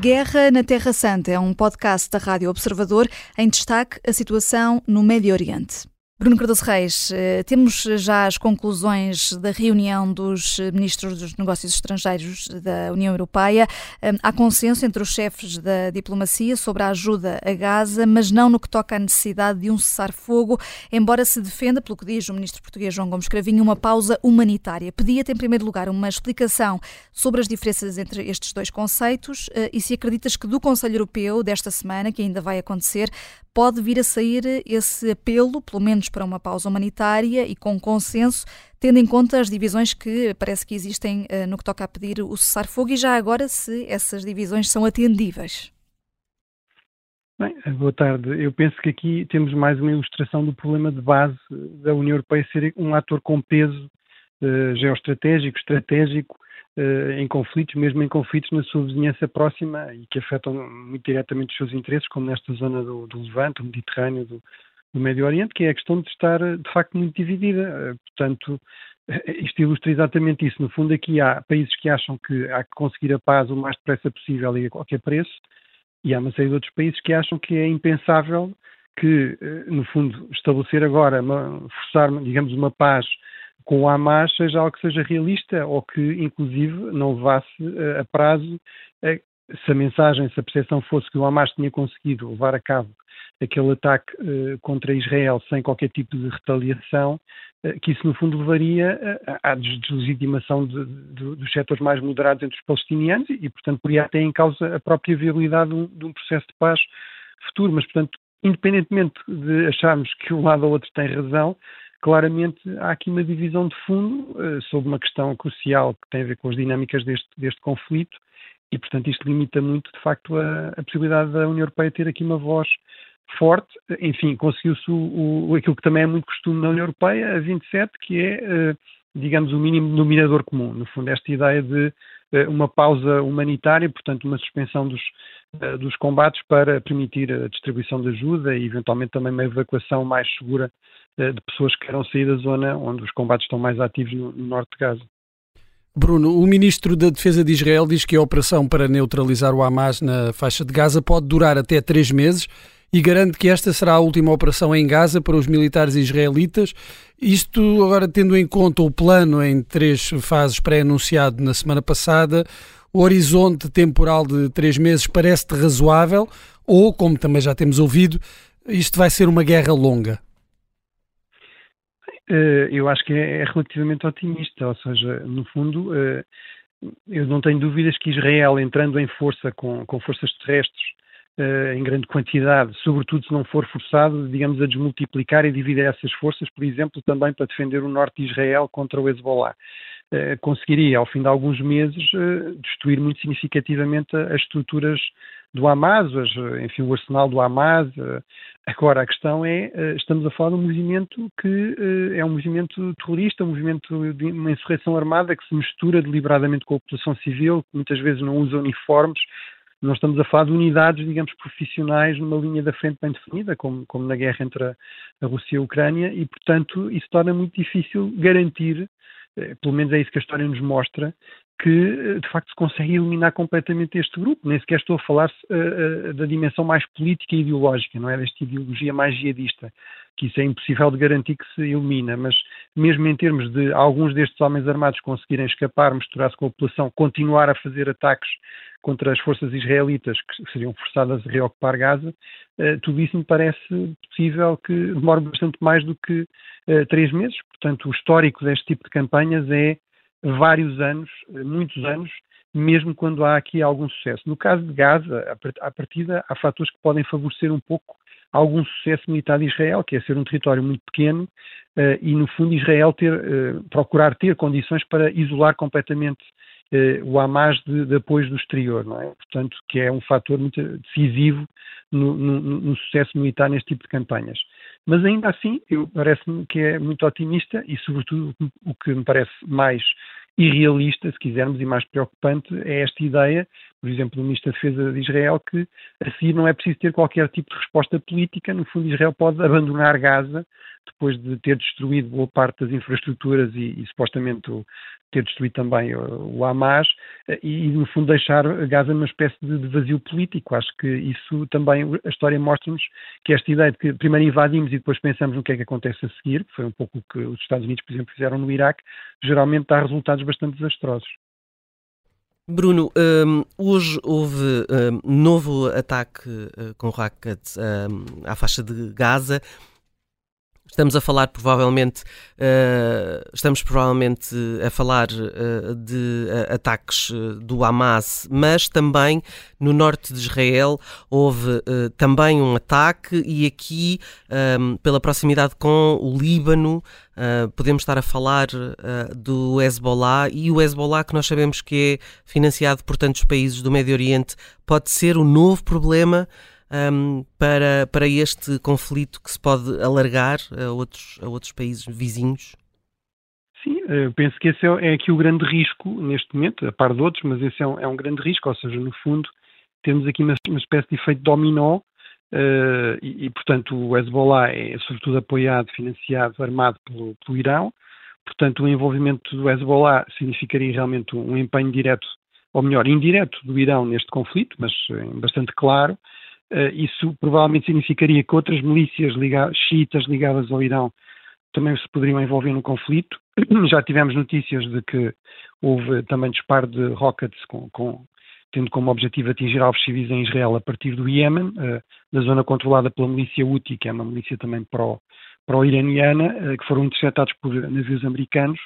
Guerra na Terra Santa é um podcast da Rádio Observador. Em destaque, a situação no Médio Oriente. Bruno Cardoso Reis, temos já as conclusões da reunião dos ministros dos Negócios Estrangeiros da União Europeia. Há consenso entre os chefes da diplomacia sobre a ajuda a Gaza, mas não no que toca à necessidade de um cessar-fogo, embora se defenda, pelo que diz o ministro português João Gomes Cravinho, uma pausa humanitária. Pedia-te, em primeiro lugar, uma explicação sobre as diferenças entre estes dois conceitos e se acreditas que do Conselho Europeu desta semana, que ainda vai acontecer, pode vir a sair esse apelo, pelo menos para uma pausa humanitária e com consenso, tendo em conta as divisões que parece que existem no que toca a pedir o cessar-fogo e já agora se essas divisões são atendíveis. Bem, boa tarde. Eu penso que aqui temos mais uma ilustração do problema de base da União Europeia ser um ator com peso geoestratégico, estratégico, em conflitos, mesmo em conflitos na sua vizinhança próxima e que afetam muito diretamente os seus interesses, como nesta zona do Levante, do Mediterrâneo, do Médio Oriente, que é a questão de estar, de facto, muito dividida. Portanto, isto ilustra exatamente isso. No fundo, aqui há países que acham que há que conseguir a paz o mais depressa possível e a qualquer preço, e há uma série de outros países que acham que é impensável que, no fundo, estabelecer agora, forçar, digamos, uma paz com o Hamas seja algo que seja realista ou que, inclusive, não levasse a prazo, se a mensagem, se a percepção fosse que o Hamas tinha conseguido levar a cabo aquele ataque contra Israel sem qualquer tipo de retaliação, que isso, no fundo, levaria à deslegitimação dos setores mais moderados entre os palestinianos e, portanto, poria até em causa a própria viabilidade de um processo de paz futuro. Mas, portanto, independentemente de acharmos que um lado ou outro tem razão, claramente há aqui uma divisão de fundo sobre uma questão crucial que tem a ver com as dinâmicas deste conflito e, portanto, isto limita muito, de facto, a possibilidade da União Europeia ter aqui uma voz forte. Enfim, conseguiu-se aquilo que também é muito costume na União Europeia, a 27, que é, digamos, o mínimo denominador comum. No fundo, esta ideia de uma pausa humanitária, portanto, uma suspensão dos combates para permitir a distribuição de ajuda e, eventualmente, também uma evacuação mais segura de pessoas que queiram sair da zona onde os combates estão mais ativos no norte de Gaza. Bruno, o ministro da Defesa de Israel diz que a operação para neutralizar o Hamas na faixa de Gaza pode durar até 3 meses e garante que esta será a última operação em Gaza para os militares israelitas. Isto agora tendo em conta o plano em 3 fases pré-anunciado na semana passada, o horizonte temporal de 3 meses parece-te razoável ou, como também já temos ouvido, isto vai ser uma guerra longa? Eu acho que é relativamente otimista, ou seja, no fundo, eu não tenho dúvidas que Israel, entrando em força com forças terrestres em grande quantidade, sobretudo se não for forçado, digamos, a desmultiplicar e dividir essas forças, por exemplo, também para defender o norte de Israel contra o Hezbollah, conseguiria, ao fim de alguns meses, destruir muito significativamente as estruturas do Hamas, enfim, o arsenal do Hamas. Agora, a questão é, estamos a falar de um movimento que é um movimento terrorista, um movimento de uma insurreição armada que se mistura deliberadamente com a população civil, que muitas vezes não usa uniformes. Não estamos a falar de unidades, digamos, profissionais numa linha da frente bem definida, como na guerra entre a Rússia e a Ucrânia, e, portanto, isso torna muito difícil garantir, pelo menos é isso que a história nos mostra, que, de facto, se consegue eliminar completamente este grupo. Nem sequer estou a falar da dimensão mais política e ideológica, não é? Desta ideologia mais jihadista, que isso é impossível de garantir que se elimina, mas mesmo em termos de alguns destes homens armados conseguirem escapar, misturar-se com a população, continuar a fazer ataques contra as forças israelitas que seriam forçadas a reocupar Gaza, tudo isso me parece possível que demore bastante mais do que 3 meses. Portanto, o histórico deste tipo de campanhas é vários anos, muitos anos, mesmo quando há aqui algum sucesso. No caso de Gaza, à partida, há fatores que podem favorecer um pouco algum sucesso militar de Israel, que é ser um território muito pequeno e, no fundo, Israel procurar ter condições para isolar completamente o Hamas de apoio do exterior, não é? Portanto, que é um fator muito decisivo no sucesso militar neste tipo de campanhas. Mas ainda assim, parece-me que é muito otimista e, sobretudo, o que me parece mais irrealista, se quisermos, e mais preocupante, é esta ideia, por exemplo, do Ministro da Defesa de Israel, que a seguir não é preciso ter qualquer tipo de resposta política. No fundo, Israel pode abandonar Gaza depois de ter destruído boa parte das infraestruturas e supostamente ter destruído também o Hamas e, no fundo, deixar Gaza numa espécie de vazio político. Acho que isso também, a história mostra-nos que esta ideia de que primeiro invadimos e depois pensamos no que é que acontece a seguir, que foi um pouco o que os Estados Unidos, por exemplo, fizeram no Iraque, geralmente dá resultados bastante desastrosos. Bruno, hoje houve novo ataque com rockets à faixa de Gaza. Estamos provavelmente a falar de ataques do Hamas, mas também no norte de Israel houve também um ataque e aqui, pela proximidade com o Líbano, podemos estar a falar do Hezbollah, e o Hezbollah, que nós sabemos que é financiado por tantos países do Médio Oriente, pode ser um novo problema para este conflito que se pode alargar a outros países vizinhos? Sim, eu penso que esse é aqui o grande risco neste momento, a par de outros, mas esse é um grande risco, ou seja, no fundo temos aqui uma espécie de efeito dominó e, portanto, o Hezbollah é sobretudo apoiado, financiado, armado pelo Irão. Portanto, o envolvimento do Hezbollah significaria realmente um empenho direto, ou melhor, indireto do Irão neste conflito, mas bastante claro. Isso provavelmente significaria que outras milícias xiitas ligadas ao Irão também se poderiam envolver no conflito. Já tivemos notícias de que houve também disparo de rockets tendo como objetivo atingir alvos civis em Israel a partir do Iémen, da zona controlada pela milícia Houthi, que é uma milícia também pró-iraniana, que foram interceptados por navios americanos.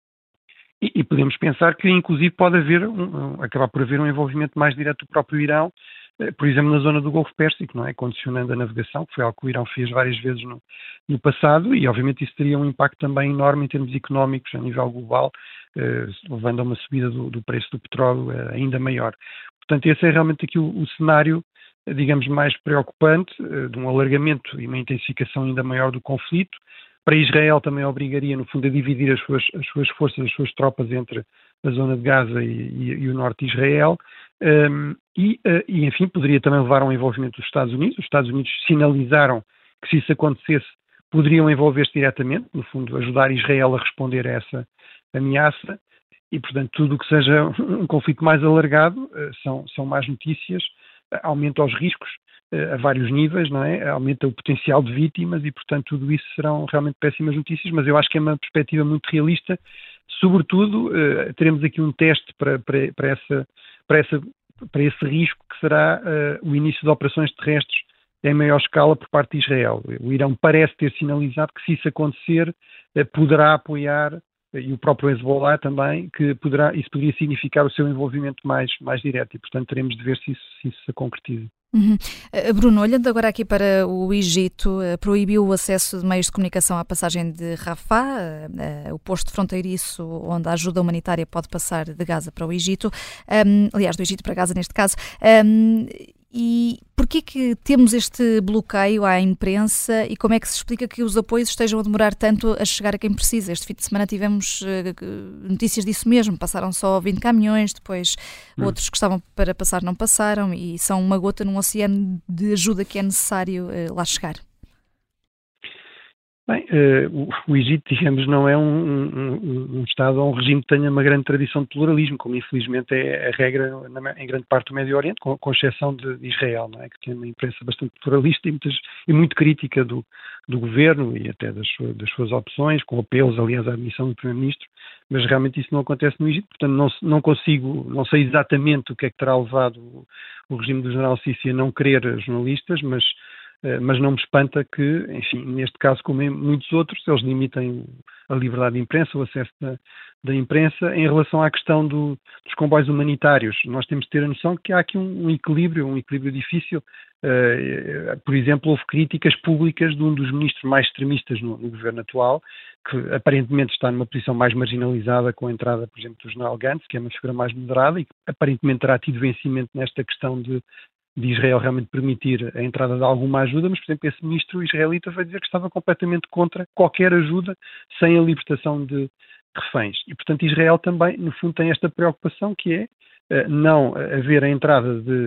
E podemos pensar que, inclusive, pode acabar por haver um envolvimento mais direto do próprio Irão, por exemplo, na zona do Golfo Pérsico, não é? Condicionando a navegação, que foi algo que o Irão fez várias vezes no passado, e obviamente isso teria um impacto também enorme em termos económicos a nível global, levando a uma subida do preço do petróleo ainda maior. Portanto, esse é realmente aqui o cenário, digamos, mais preocupante, de um alargamento e uma intensificação ainda maior do conflito. Para Israel também obrigaria, no fundo, a dividir as suas forças, as suas tropas entre a zona de Gaza e o norte de Israel. Enfim, poderia também levar a um envolvimento dos Estados Unidos. Os Estados Unidos sinalizaram que, se isso acontecesse, poderiam envolver-se diretamente, no fundo, ajudar Israel a responder a essa ameaça. E, portanto, tudo o que seja um conflito mais alargado são más notícias, aumenta os riscos a vários níveis, não é? Aumenta o potencial de vítimas e, portanto, tudo isso serão realmente péssimas notícias, mas eu acho que é uma perspectiva muito realista. Sobretudo, teremos aqui um teste para esse risco, que será o início de operações terrestres em maior escala por parte de Israel. O Irão parece ter sinalizado que, se isso acontecer, poderá apoiar, e o próprio Hezbollah também, que isso poderia significar o seu envolvimento mais direto, e, portanto, teremos de ver se isso se concretiza. Uhum. Bruno, olhando agora aqui para o Egito, proibiu o acesso de meios de comunicação à passagem de Rafah, o posto fronteiriço onde a ajuda humanitária pode passar de Gaza para o Egito, aliás, do Egito para Gaza neste caso. E porquê que temos este bloqueio à imprensa e como é que se explica que os apoios estejam a demorar tanto a chegar a quem precisa? Este fim de semana tivemos notícias disso mesmo, passaram só 20 caminhões, depois outros que estavam para passar não passaram, e são uma gota num oceano de ajuda que é necessário lá chegar. Bem, o Egito, digamos, não é um Estado ou um regime que tenha uma grande tradição de pluralismo, como infelizmente é a regra em grande parte do Médio Oriente, com exceção de Israel, não é? Que tem uma imprensa bastante pluralista e muito crítica do governo e até das suas opções, com apelos, aliás, à admissão do Primeiro-Ministro, mas realmente isso não acontece no Egito. Portanto, não sei exatamente o que é que terá levado o regime do general Sisi a não querer jornalistas, mas não me espanta que, enfim, neste caso, como em muitos outros, eles limitem a liberdade de imprensa, o acesso da imprensa. Em relação à questão dos comboios humanitários, nós temos de ter a noção que há aqui um equilíbrio difícil. Por exemplo, houve críticas públicas de um dos ministros mais extremistas no governo atual, que aparentemente está numa posição mais marginalizada com a entrada, por exemplo, do general Gantz, que é uma figura mais moderada e que aparentemente terá tido vencimento nesta questão de Israel realmente permitir a entrada de alguma ajuda, mas, por exemplo, esse ministro israelita vai dizer que estava completamente contra qualquer ajuda sem a libertação de reféns. E, portanto, Israel também, no fundo, tem esta preocupação, que é não haver a entrada de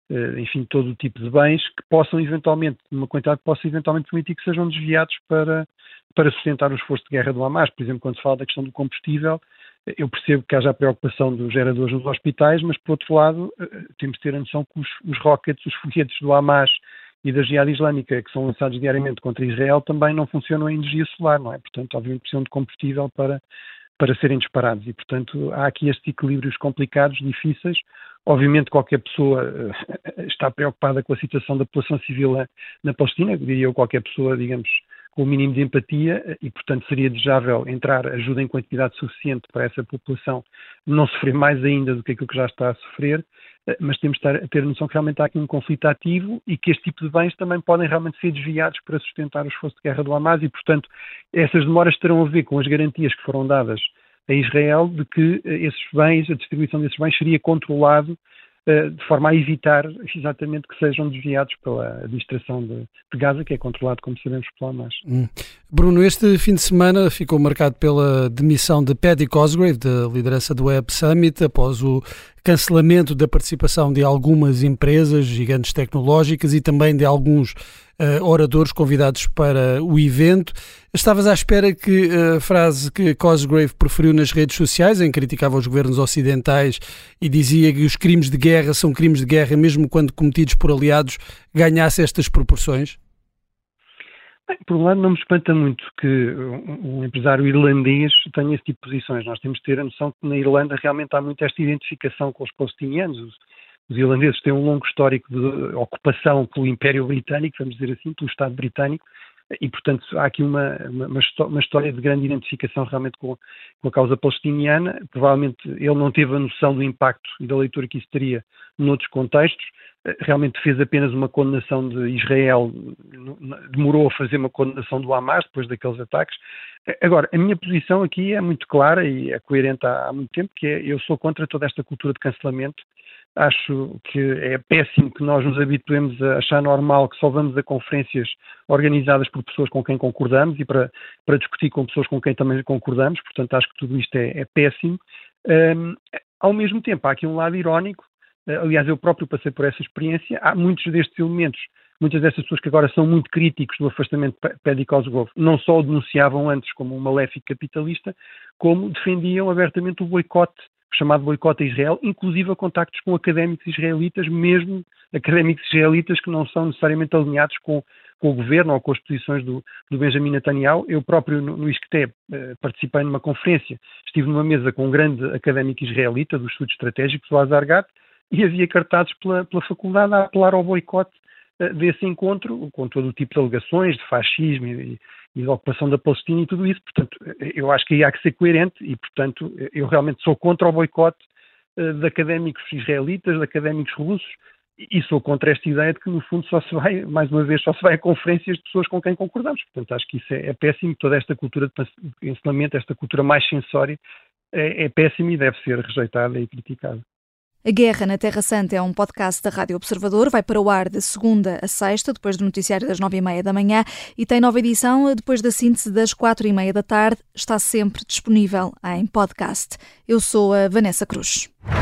enfim, todo o tipo de bens que possam eventualmente, numa quantidade que possa eventualmente permitir que sejam desviados para sustentar o esforço de guerra do Hamas. Por exemplo, quando se fala da questão do combustível, eu percebo que haja a preocupação dos geradores nos hospitais, mas, por outro lado, temos de ter a noção que os rockets, os foguetes do Hamas e da Jihad Islâmica, que são lançados diariamente contra Israel, também não funcionam em energia solar, não é? Portanto, obviamente, precisam de combustível para serem disparados. E, portanto, há aqui estes equilíbrios complicados, difíceis. Obviamente, qualquer pessoa está preocupada com a situação da população civil na Palestina, diria eu, qualquer pessoa, digamos, com o mínimo de empatia, e, portanto, seria desejável entrar ajuda em quantidade suficiente para essa população não sofrer mais ainda do que aquilo que já está a sofrer, mas temos de ter a noção que realmente há aqui um conflito ativo e que este tipo de bens também podem realmente ser desviados para sustentar o esforço de guerra do Hamas e, portanto, essas demoras terão a ver com as garantias que foram dadas a Israel de que esses bens, a distribuição desses bens seria controlado de forma a evitar exatamente que sejam desviados pela administração de Gaza, que é controlado, como sabemos, pela Hamas. Bruno, este fim de semana ficou marcado pela demissão de Paddy Cosgrave, da liderança do Web Summit, após o cancelamento da participação de algumas empresas gigantes tecnológicas e também de alguns oradores convidados para o evento. Estavas à espera que a frase que Cosgrave proferiu nas redes sociais, em que criticava os governos ocidentais e dizia que os crimes de guerra são crimes de guerra mesmo quando cometidos por aliados, ganhasse estas proporções? Bem, por um lado, não me espanta muito que um empresário irlandês tenha esse tipo de posições. Nós temos de ter a noção que na Irlanda realmente há muito esta identificação com os palestinianos. Os irlandeses têm um longo histórico de ocupação pelo Império Britânico, vamos dizer assim, pelo Estado Britânico, e, portanto, há aqui uma história de grande identificação realmente com a causa palestiniana. Provavelmente ele não teve a noção do impacto e da leitura que isso teria noutros contextos. Realmente fez apenas uma condenação de Israel, demorou a fazer uma condenação do Hamas depois daqueles ataques. Agora, a minha posição aqui é muito clara e é coerente há muito tempo, que é eu sou contra toda esta cultura de cancelamento. Acho que é péssimo que nós nos habituemos a achar normal que só vamos a conferências organizadas por pessoas com quem concordamos e para discutir com pessoas com quem também concordamos. Portanto, acho que tudo isto é péssimo. Ao mesmo tempo, há aqui um lado irónico. Aliás, eu próprio passei por essa experiência. Há muitos destes elementos, muitas dessas pessoas que agora são muito críticos do afastamento de Paddy Cosgrave, não só o denunciavam antes como um maléfico capitalista, como defendiam abertamente o boicote, o chamado boicote a Israel, inclusive a contactos com académicos israelitas, mesmo académicos israelitas que não são necessariamente alinhados com o governo ou com as posições do Benjamin Netanyahu. Eu próprio, no ISCTE, participei numa conferência, estive numa mesa com um grande académico israelita dos estudos estratégicos, o Azar Gat, e havia cartazes pela faculdade a apelar ao boicote desse encontro, com todo o tipo de alegações de fascismo e de ocupação da Palestina e tudo isso. Portanto, eu acho que aí há que ser coerente e, portanto, eu realmente sou contra o boicote de académicos israelitas, de académicos russos, e sou contra esta ideia de que, no fundo, só se vai a conferências de pessoas com quem concordamos. Portanto, acho que isso é péssimo. Toda esta cultura de ensinamento, esta cultura mais censória, é péssima e deve ser rejeitada e criticada. A Guerra na Terra Santa é um podcast da Rádio Observador. Vai para o ar de segunda a sexta, depois do noticiário das 9h30 da manhã, e tem nova edição depois da síntese das 4h30 da tarde. Está sempre disponível em podcast. Eu sou a Vanessa Cruz.